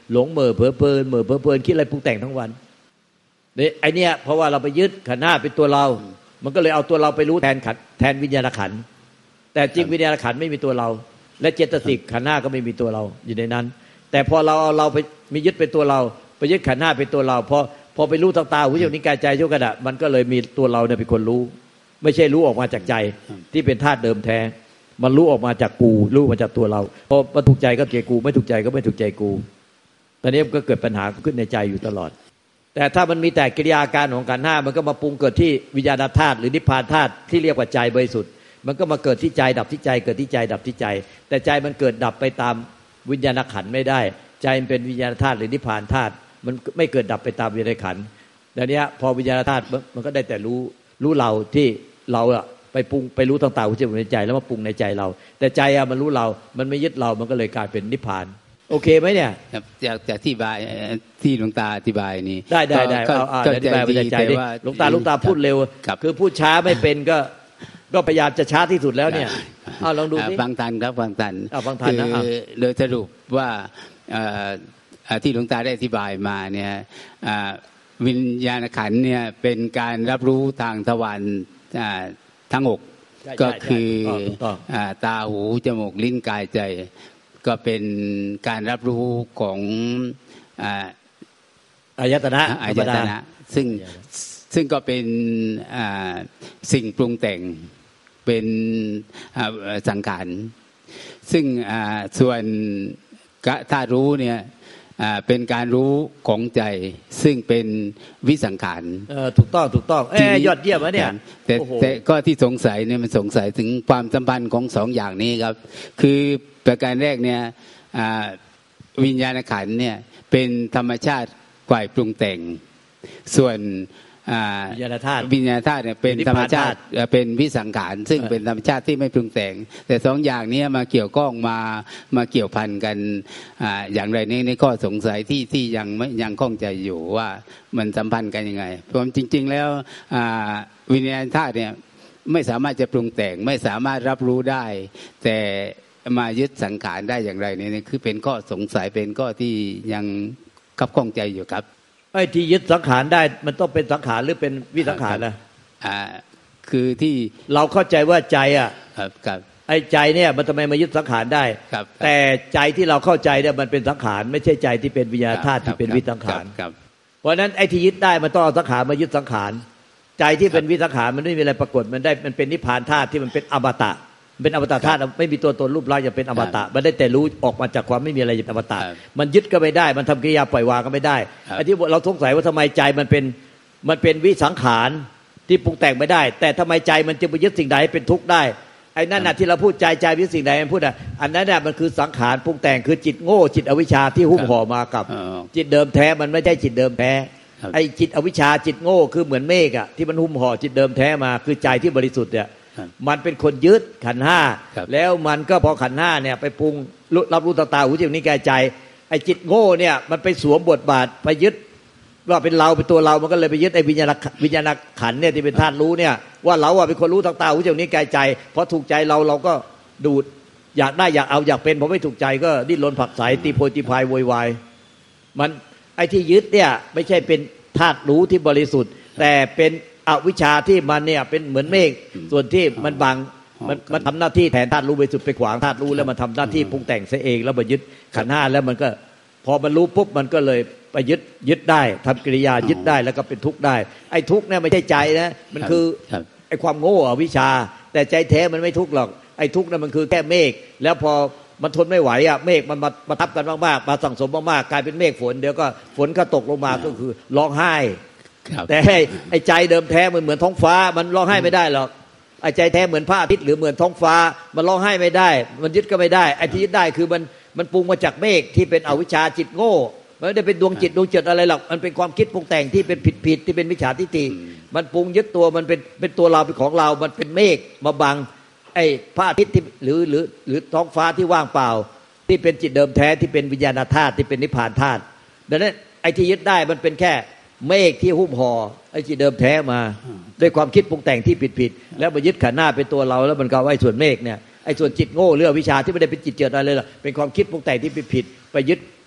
หลงเหม่อเพ้อเพลินเหม่อเพ้อเพลินคิดอะไรปรุงแต่งทั้งวันเนี่ยไอเนี้ยเพราะว่าเราไปยึดขันธ์ห้าเป็นตัวเรามันก็เลยเอาตัวเราไปรู้แทนขันแทนวิญญาณขันธ์แต่จริงวิญญาณขันธ์ไม่มีตัวเราและเจตสิกขันธ์ห้าก็ไม่มีตัวเราอยู่ในนั้นแต่พอเราเอาเราไปมียึดเป็นตัวเราไปยึดขันธ์ห้าเป็นตัวเราพอพอไปรู้ทางตาหูจมูกลิ้นกายใจชั่วขณะมันก็เลยมีตัวเราเนี่ยเป็นคนรู้ไม่ใช่รู้ออกมาจากใจที่เป็นธาตุเดิมแท้มันรู้ออกมาจากกูรู้มาจากตัวเราพอมาถูกใจก็เกลียดกูไม่ถูกใจก็ไม่ถูกใจกูตอนนี้ก็เกิดปัญหาขึ้นในใจอยู่ตลอดแต่ถ้ามันมีแต่กิริยาการของขันธ์ห้ามันก็มาปรุงเกิดที่วิญญาณธาตุหรือนิพพานธาตุที่เรียกว่าใจบริสุทธิ์มันก็มาเกิดที่ใจดับที่ใจเกิดที่ใจดับที่ใจแต่ใจมันเกิดดับไปตามวิญญาณขันธ์ไม่ได้ใจมันเป็นวิญญาณธาตุหรือนิพพานธาตุมันไม่เกิดดับไปตามวิญญาณขันธ์ดังนี้พอวิญญาณธาตุมันก็ได้แต่รู้รู้เราที่เราอะไปปรุงไปรู้ต่างๆที่อยู่ในใจแล้วมาปรุงในใจเราแต่ใจอะมันรู้เรามันไม่ยึดเรามันก็เลยกลายเป็นนิพพานโอเคไหมเนี่ยจากจากที่บายที่หลวงตาอธิบายนี่ได้ได้ได้เอาเอาอธิบายไปใจดิหลวงตาหลวงตาพูดเร็วคือพูดช้าไม่เป็นก็ก็พยายามจะช้าที่สุดแล้วเนี่ยเอาลองดูสิฟังทันครับฟังทันฟังทันนะโดยสรุปว่าที่หลวงตาได้อธิบายมาเนี่ยวิญญาณขันธ์เนี่ยเป็นการรับรู้ทางทวารทั้งหกก็คือตาหูจมูกลิ้นกายใจก็เป็นการรับรู้ของอายตนะอายตนะซึ่งซึ่งก็เป็นสิ่งปรุงแต่งเป็นสังขารซึ่งส่วนถ้ารู้เนี่ยเป็นการรู้ของใจซึ่งเป็นวิสังขารถูกต้องถูกต้องเอ้ยยอดเยี่ยมวะเนี่ยแต่แต่ก็ที่สงสัยเนี่ยมันสงสัยถึงความสัมพันธ์ของสองอย่างนี้ครับคือประการแรกเนี่ยวิญญาณขันธ์เนี่ยเป็นธรรมชาติฝ่ายปรุงแต่งส่วนวิญญาณธาตุวิญญาณธาตุเนี่ยเป็นธรรมชาติเป็นวิสังขารซึ่งเป็นธรรมชาติที่ไม่ปรุงแต่งแต่สองอย่างนี้มาเกี่ยวข้องมามาเกี่ยวพันกันอย่างไรนี่นี่ก็สงสัยที่ที่ยังไม่ยังข้องใจอยู่ว่ามันสัมพันธ์กันยังไงเพราะจริงๆแล้ววิญญาณธาตุเนี่ยไม่สามารถจะปรุงแต่งไม่สามารถรับรู้ได้แต่มายึดสังขารได้อย่างไรนี่คือเป็นข้อสงสัยเป็นข้อที่ยังคับข้องใจอยู่ครับไอ้ที่ยึดสังขารได้มันต้องเป็นสังขารหรือเป็นวิสังขารนะอ่าคือที่เราเข้าใจว่าใจอ่ะครับครับไอ้ใจเนี่ยมันทำไมมายึดสังขารได้ครับแต่ใจที่เราเข้าใจเนี่ยมันเป็นสังขารไม่ใช่ใจที่เป็นวิญญาณธาตุที่เป็นวิสังขารครับเพราะฉะนั้นไอ้ที่ยึดได้มันต้องเอาสังขารมายึดสังขารใจที่เป็นวิสังขารมันไม่มีอะไรปรากฏมันได้มันเป็นนิพพานธาตุที่มันเป็นอมตะเป็นอมตะธาตุไม่มีตัวตนรูปร่างอย่างเป็นอมตะมันได้แต่รู้ออกมาจากความไม่มีอะไรเป็นอมตะมันยึดก็ไม่ได้มันทำกิริยาปล่อยวางก็ไม่ได้ไอ้ที่เราสงสัยว่าทำไมใจมันเป็นมันเป็นวิสังขารที่ปรุงแต่งไม่ได้แต่ทำไมใจมันจึงไปยึดสิ่งใดให้เป็นทุกข์ได้ไอ้นั่นน่ะที่เราพูดใจใจยึดสิ่งใดมันพูดอ่ะอันนั้นน่ะมันคือสังขารปรุงแต่งคือจิตโง่จิตอวิชชาที่หุ้มห่อมากับจิตเดิมแท้มันไม่ใช่จิตเดิมแท้ไอ้จิตอวิชชาจิตโง่คือเหมือนเมฆอ่ะที่มันหุ้มห่อจิตเดิมแท้มาคือใจที่บริสุทธิ์เนี่ยมันเป็นคนยึดขันธ์ห้าแล้วมันก็พอขันธ์ห้าเนี่ยไปปรุงรับรู้ตาหูจมูกลิ้นกายใจไอ้จิตโง่เนี่ยมันไปสวมบทบาทไปยึดว่าเป็นเราเป็นตัวเรามันก็เลยไปยึดไอ้วิญญาณวิญญาณขันธ์เนี่ยที่เป็นธาตุรู้เนี่ยว่าเราอะเป็นคนรู้ทางตาหูจมูกลิ้นกายใจพอถูกใจเราเราก็ดูดอยากได้อยากเอาอยากเป็นพอไม่ถูกใจก็ดิ้นรนผักใสตีโพยตีพายโวยวายมันไอ้ที่ยึดเนี่ยไม่ใช่เป็นธาตุรู้ที่บริสุทธิ์แต่เป็นอวิชชาที่มันเนี่ยเป็นเหมือนเมฆส่วนที่มันบังมันมันทำหน้าที่แทนธาตุรู้บริสุทธิ์ไปขวางธาตุรู้แล้วมันทำหน้าที่ปรุงแต่งซะเองแล้วมายึดขันธ์ห้าแล้วมันก็พอมันรู้ปุ๊บมันก็เลยไปยึดยึดได้ทำกิริยายึดได้แล้วก็เป็นทุกข์ได้ไอ้ทุกข์เนี่ยไม่ใช่ใจนะมันคือไอ้ความโง่อวิชชาแต่ใจแท้มันไม่ทุกข์หรอกไอ้ทุกข์เนี่ยมันคือแค่เมฆแล้วพอมันทนไม่ไหวอ่ะเมฆมันมามาทับกันมากๆมาสั่งสมมากๆกลายเป็นเมฆฝนเดี๋ยวก็ฝนก็ตกลงมาก็คือร้องไห้แต่ไอ้ใจเดิมแท้มันเหมือนท้องฟ้ามันร้องไห้ไม่ได้หรอกไอ้ใจแท้เหมือนพระอาทิตย์หรือเหมือนท้องฟ้ามันร้องไห้ไม่ได้มันยึดก็ไม่ได้ไอ้ที่ยึดได้คือมันมันปรุงมาจากเมฆที่เป็นอวิชชาจิตโง่มันไม่ได้เป็นดวงจิตดวงจิตอะไรหรอกมันเป็นความคิดปรุงแต่งที่เป็นผิดๆที่เป็นมิจฉาทิฏฐิมันปรุงยึดตัวมันเป็นเป็นตัวเราเป็นของเรามันเป็นเมฆมาบังไอ้พระอาทิตย์ที่หรือหรือหรือท้องฟ้าที่ว่างเปล่าที่เป็นจิตเดิมแท้ที่เป็นวิญญาณธาตุที่เป็นนิพพานธาตุดังนั้นไอ้ที่ยึดได้มันเป็นแค่เมฆที่หุ้มห่อไอ้จิตเดิมแท้มาด้วยความคิดปรุงแต่งที่ผิดๆแล้วมายึดขันธ์หน้าเป็นตัวเราแล้วมันก็ไว้ส่วนเมฆเนี่ยไอ้ส่วนจิตโง่เรื่องวิชาที่ไม่ได้เป็นจิตเจิดอะไรเลยล่ะเป็นความคิดปรุงแต่งที่ผิดๆไปยึด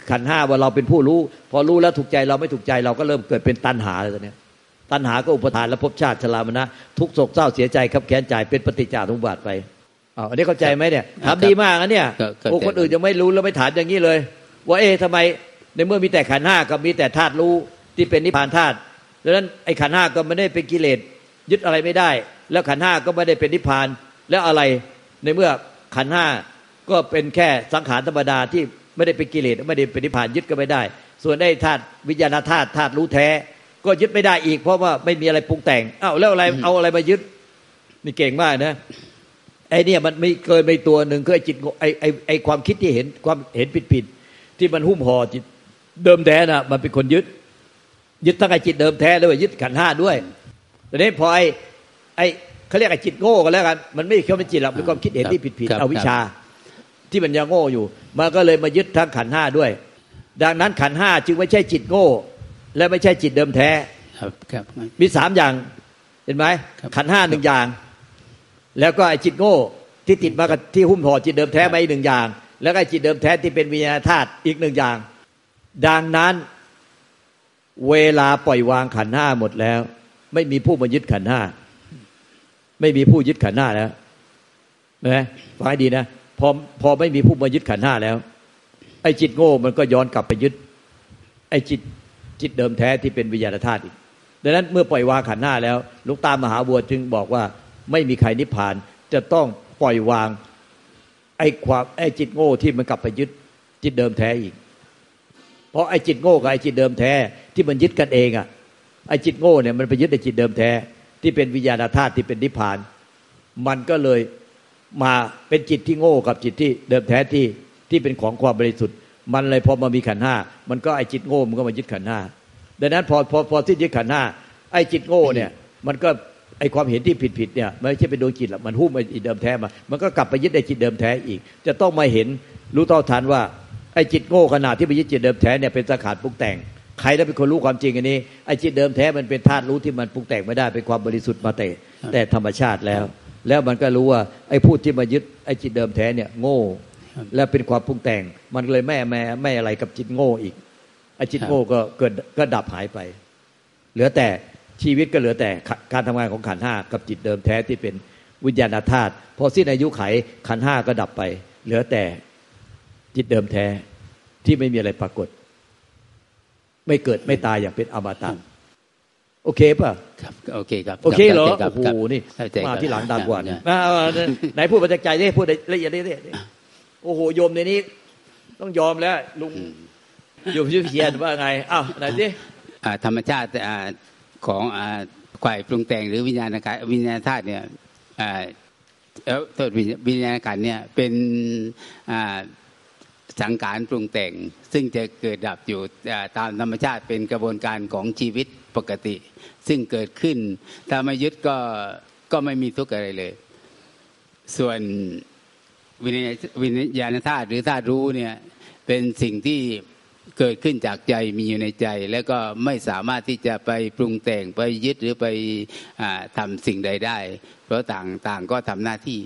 ขันธ์ห้าว่าเราเป็นผู้รู้พอรู้แล้วถูกใจเราไม่ถูกใจเราก็เริ่มเกิดเป็นตัณหาเลยตอนนี้ตัณหาก็อุปทานและภพชาติชรามรณะทุกข์โศกเศร้าเสียใจขับแค้นใจเป็นปฏิจจสมุปบาทไปอ้าวอันนี้เข้าใจไหมเนี่ยถามดีมากนะเนี่ยโอ้คนอื่นยังไม่รู้แล้วไม่ถามอย่างนี้เลยว่าเอ๊ะทำไมในเมื่อมีแต่ขันธ์ห้ากับมีแต่ธาตุรู้ที่เป็นนิพพานธาตุดังนั้นไอ้ขันธ์ห้าก็ไม่ได้เป็นกิเลสยึดอะไรไม่ได้แล้วขันธ์ห้าก็ไม่ได้เป็นนิพพานแล้วอะไรในเมื่อขันธ์ห้าก็เป็นแค่สังขารธรรมดาที่ไม่ได้เป็นกิเลสไม่ได้เป็นนิพพานยึดก็ไม่ได้ส่วนได้ธาตุวิญญาณธาตุธาตุรู้แท้ก็ยึดไม่ได้อีกเพราะว่าไม่มีอะไรปรุงแต่งอ้าวแล้วอะไรเอาอะไรมายึดนี่เก่งมากนะไอ้เนี่ยมันไม่เกินไปตัวหนึ่งคือไอ้จิตไอ้ไอ้ไอ้ความคิดที่เห็นความเห็นผิดๆที่มันหุ้มห่อจิตเดิมแท้น่ะมันเป็นคนยึดยึดทั้งไอ้จิตเดิมแท้ด้วยยึดขันธ์ห้าด้วยแต่นี้พอไอ้ไอ้เขาเรียกไอ้จิตโง่กันแล้วกันมันไม่เกี่ยวกับจิตหรอกเป็นความคิดเห็นที่ผิดๆเอาวิชาที่มันยังโง่อยู่มันก็เลยมายึดทั้งขันธ์ห้าด้วยดังนั้นขันธ์ห้าจึงไม่ใช่จิตโง่และไม่ใช่จิตเดิมแท้มีสามอย่างเห็นไหมขันธ์ห้าหนึ่งอย่างแล้วก็ไอ้จิตโง่ที่ติดมากับที่หุ้มห่อจิตเดิมแท้มาอีกหนึ่งอย่างแล้วก็ไอ้จิตเดิมแท้ที่เป็นวิญญาณธาตุอีกหนึ่งอย่างดังนั้นเวลาปล่อยวางขันธ์ห้าหมดแล้วไม่มีผู้มายึดขันธ์ห้าไม่มีผู้ยึดขันธ์ห้าแล้วนะฟังให้ดีนะพอพอไม่มีผู้มายึดขันธ์ห้าแล้วไอ้จิตโง่มันก็ย้อนกลับไปยึดไอ้จิตจิตเดิมแท้ที่เป็นวิญญาณธาตุอีกดังนั้นเมื่อปล่อยวางขันธ์ห้าแล้วหลวงตามหาบัวจึงบอกว่าไม่มีใครนิพพานจะต้องปล่อยวางไอ้ความไอ้จิตโง่ที่มันกลับไปยึดจิตเดิมแท้อีกเพราะไอ้จิตโง่กับไอ้จิตเดิมแท้ที่มันยึดกันเองอ่ะไอ้จิตโง่เนี่ยมันไปยึดไอ้จิตเดิมแท้ที่เป็นวิญญาณธาตุที่เป็นนิพพานมันก็เลยมาเป็นจิตที่โง่กับจิตที่เดิมแท้ที่ที่เป็นของความบริสุทธิ์มันเลยพอมามีขันธ์ห้ามันก็ไอ้จิตโง่มันก็มายึดขันธ์ห้าดังนั้นพอพอพอที่ยึดขันธ์ห้าไอ้จิตโง่เนี่ยมันก็ไอ้ความเห็นที่ผิดๆเนี่ยไม่ใช่เป็นดวงจิตหรอกมันหุ้มไอ้เดิมแท้มามันก็กลับไปยึดไอ้จิตเดิมแท้อีกจะต้องมาเห็นรู้เท่าทันว่าไอ้จิตโง่ขนาดที่ไปยึดจิตเดิมแท้เนี่ยเป็นสังขารปรุงแต่งใครได้เป็นคนรู้ความจริงอันนี้ไอ้จิตเดิมแท้มันเป็นธาตุรู้ที่มันปรุงแต่งไม่ได้เป็นความบริสุทธิ์มาแต่แต่ธรรมชาติแล้วแล้วมันก็รู้ว่าไอ้ผู้ที่มายึดไอ้จิตเดิมแท้เนี่ยโง่และเป็นความปรุงแต่งมันเลยแม่แม่ไม่อะไรกับจิตโง่อีกไอ้จิตโง่ก็เกิดก็ดับหายไปเหลือแต่ชีวิตก็เหลือแต่การทำงานของขันธ์ห้ากับจิตเดิมแท้ที่เป็นวิญญาณธาตุพอสิ้นอายุไขขันธ์ห้าก็ดับไปเหลือแต่จิตเดิมแท้ที่ไม่มีอะไรปรากฏไม่เกิดไม่ตายอย่างเป็นอมตะโอเคป่ะครับโอเคครับโอเคเหรอโอ้โหนี่มาที่หลังดังกว่าไหนพูดประจักษ์ใจได้พูดละเอียดได้โอ้โหโยมในนี้ต้องยอมแล้วลุงโยมชื่อเขียนว่าไงอ้าวไหนสิธรรมชาติของฝ่ายปรุงแต่งหรือวิญญาณขันธ์วิญญาณธาตุเนี่ยแล้วตัววิญญาณขันธ์เนี่ยเป็นสังขารปรุงแต่งซึ่งจะเกิดดับอยู่ตามธรรมชาติเป็นกระบวนการของชีวิตปกติซึ่งเกิดขึ้นถ้าไม่ยึดก็ก็ไม่มีทุกข์อะไรเลยส่วนวิญญาณธาตุหรือธาตุรู้เนี่ยเป็นสิ่งที่เกิดขึ้นจากใจมีอยู่ในใจแล้วก็ไม่สามารถที่จะไปปรุงแต่งไปยึดหรือไปทำสิ่งใดได้เพราะต่างต่างก็ทำหน้าที่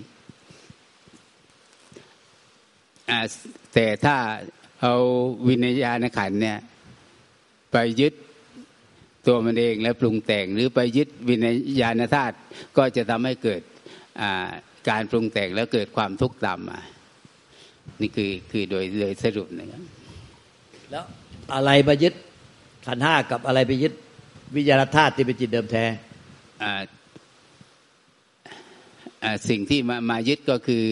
แต่ถ้าเอาวิญญาณขันธ์เนี่ยไปยึดตัวมันเองแล้วปรุงแต่งหรือไปยึดวิญญาณธาตุก็จะทำให้เกิดการปรุงแต่งแล้วเกิดความทุกข์ตามมานี่คือคือโดยโดยสรุปนะครับแล้วอะไรมายึดขันธ์ห้ากับอะไรไปยึดวิญญาณธาตุที่เป็นจิตเดิมแท้สิ่งที่มามายึดก็คือ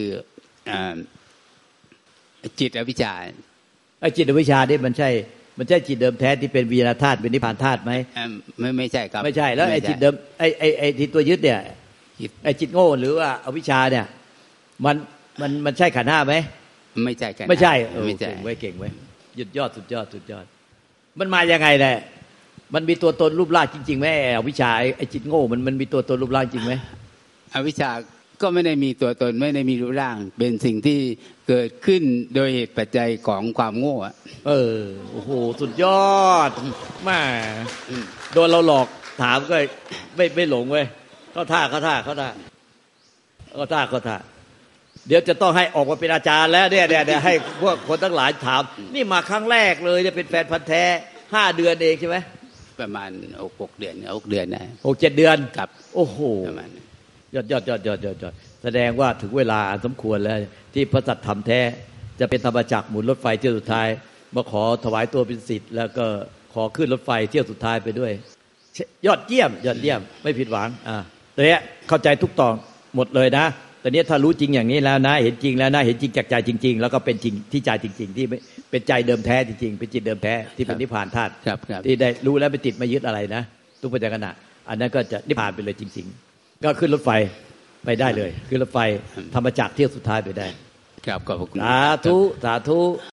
จิตอวิชชาไอ้จิตอวิชชานี่มันใช่มันใช่จิตเดิมแท้ที่เป็นวิญญาณธาตุเป็นนิพพานธาตุไหมไม่ไม่ใช่ครับไม่ใช่แล้วไอ้จิตเดิมไอ้ไอ้ไอ้ที่ตัวยึดเนี่ยไอ้จิตโง่หรือว่าอวิชชาเนี่ยมันมันมันใช่ขันธ์ห้าไหมไม่ใช่ไม่ใช่ไม่ใช่ไว้เก่งไว้หยุดยอดสุดยอดสุดยอดมันมายังไงแหละมันมีตัวตนรูปร่างจริงๆไหมอวิชชาไอ้จิตโง่มันมันมีตัวตนรูปร่างจริงไหมอวิชชาก็ไม่ได้มีตัวตนไม่ได้มีรูปร่างเป็นสิ่งที่เกิดขึ้นโดยเหตุปัจจัยของความโง่เออโอ้โหสุดยอดแม่โดนเราหลอกถามก็ไม่ไม่หลงเว้ยเข้าท่าเข้าท่าเข้าท่าเข้าท่าเข้าท่าเดี๋ยวจะต้องให้ออกมาเป็นอาจารย์แล้วเนี่ยเนี่ยเนี่ยให้พวกคนทั้งหลายถามนี่มาครั้งแรกเลยจะเป็นแฟนพันธุ์แท้ห้าเดือนเองใช่ไหมประมาณหกหกเดือนหกเดือนนะหกเจ็ดเดือนครับโอ้โหยอดยอดยอดยอดยอดยอดแสดงว่าถึงเวลาสมควรแล้วที่พระสัตธรรมแท้จะเป็นธรรมจักรหมุนรถไฟเที่ยวสุดท้ายมาขอถวายตัวเป็นศิษย์แล้วก็ขอขึ้นรถไฟเที่ยวสุดท้ายไปด้วยยอดเยี่ยมยอดเยี่ยมไม่ผิดหวังอ่าตอนนี้เข้าใจทุกตอนหมดเลยนะตอนนี้ถ้ารู้จริงอย่างนี้แล้วนะเห็นจริงแล้วนะเห็นจริงจากใจจริงๆแล้วก็เป็นจริงที่ใจจริงๆที่เป็นใจเดิมแท้จริงๆเป็นจิตเดิมแท้ที่เป็นนิพพานธาตุที่ได้รู้แล้วไม่ติดไม่ยึดอะไรนะทุกปัจจุบันอันนั้นก็จะนิพพานไปเลยจริงๆก็ขึ้นรถไฟไปได้เลยขึ้นรถไฟธรรมจักรเที่ยวสุดท้ายไปได้ครับขอบคุณสาธุสาธุ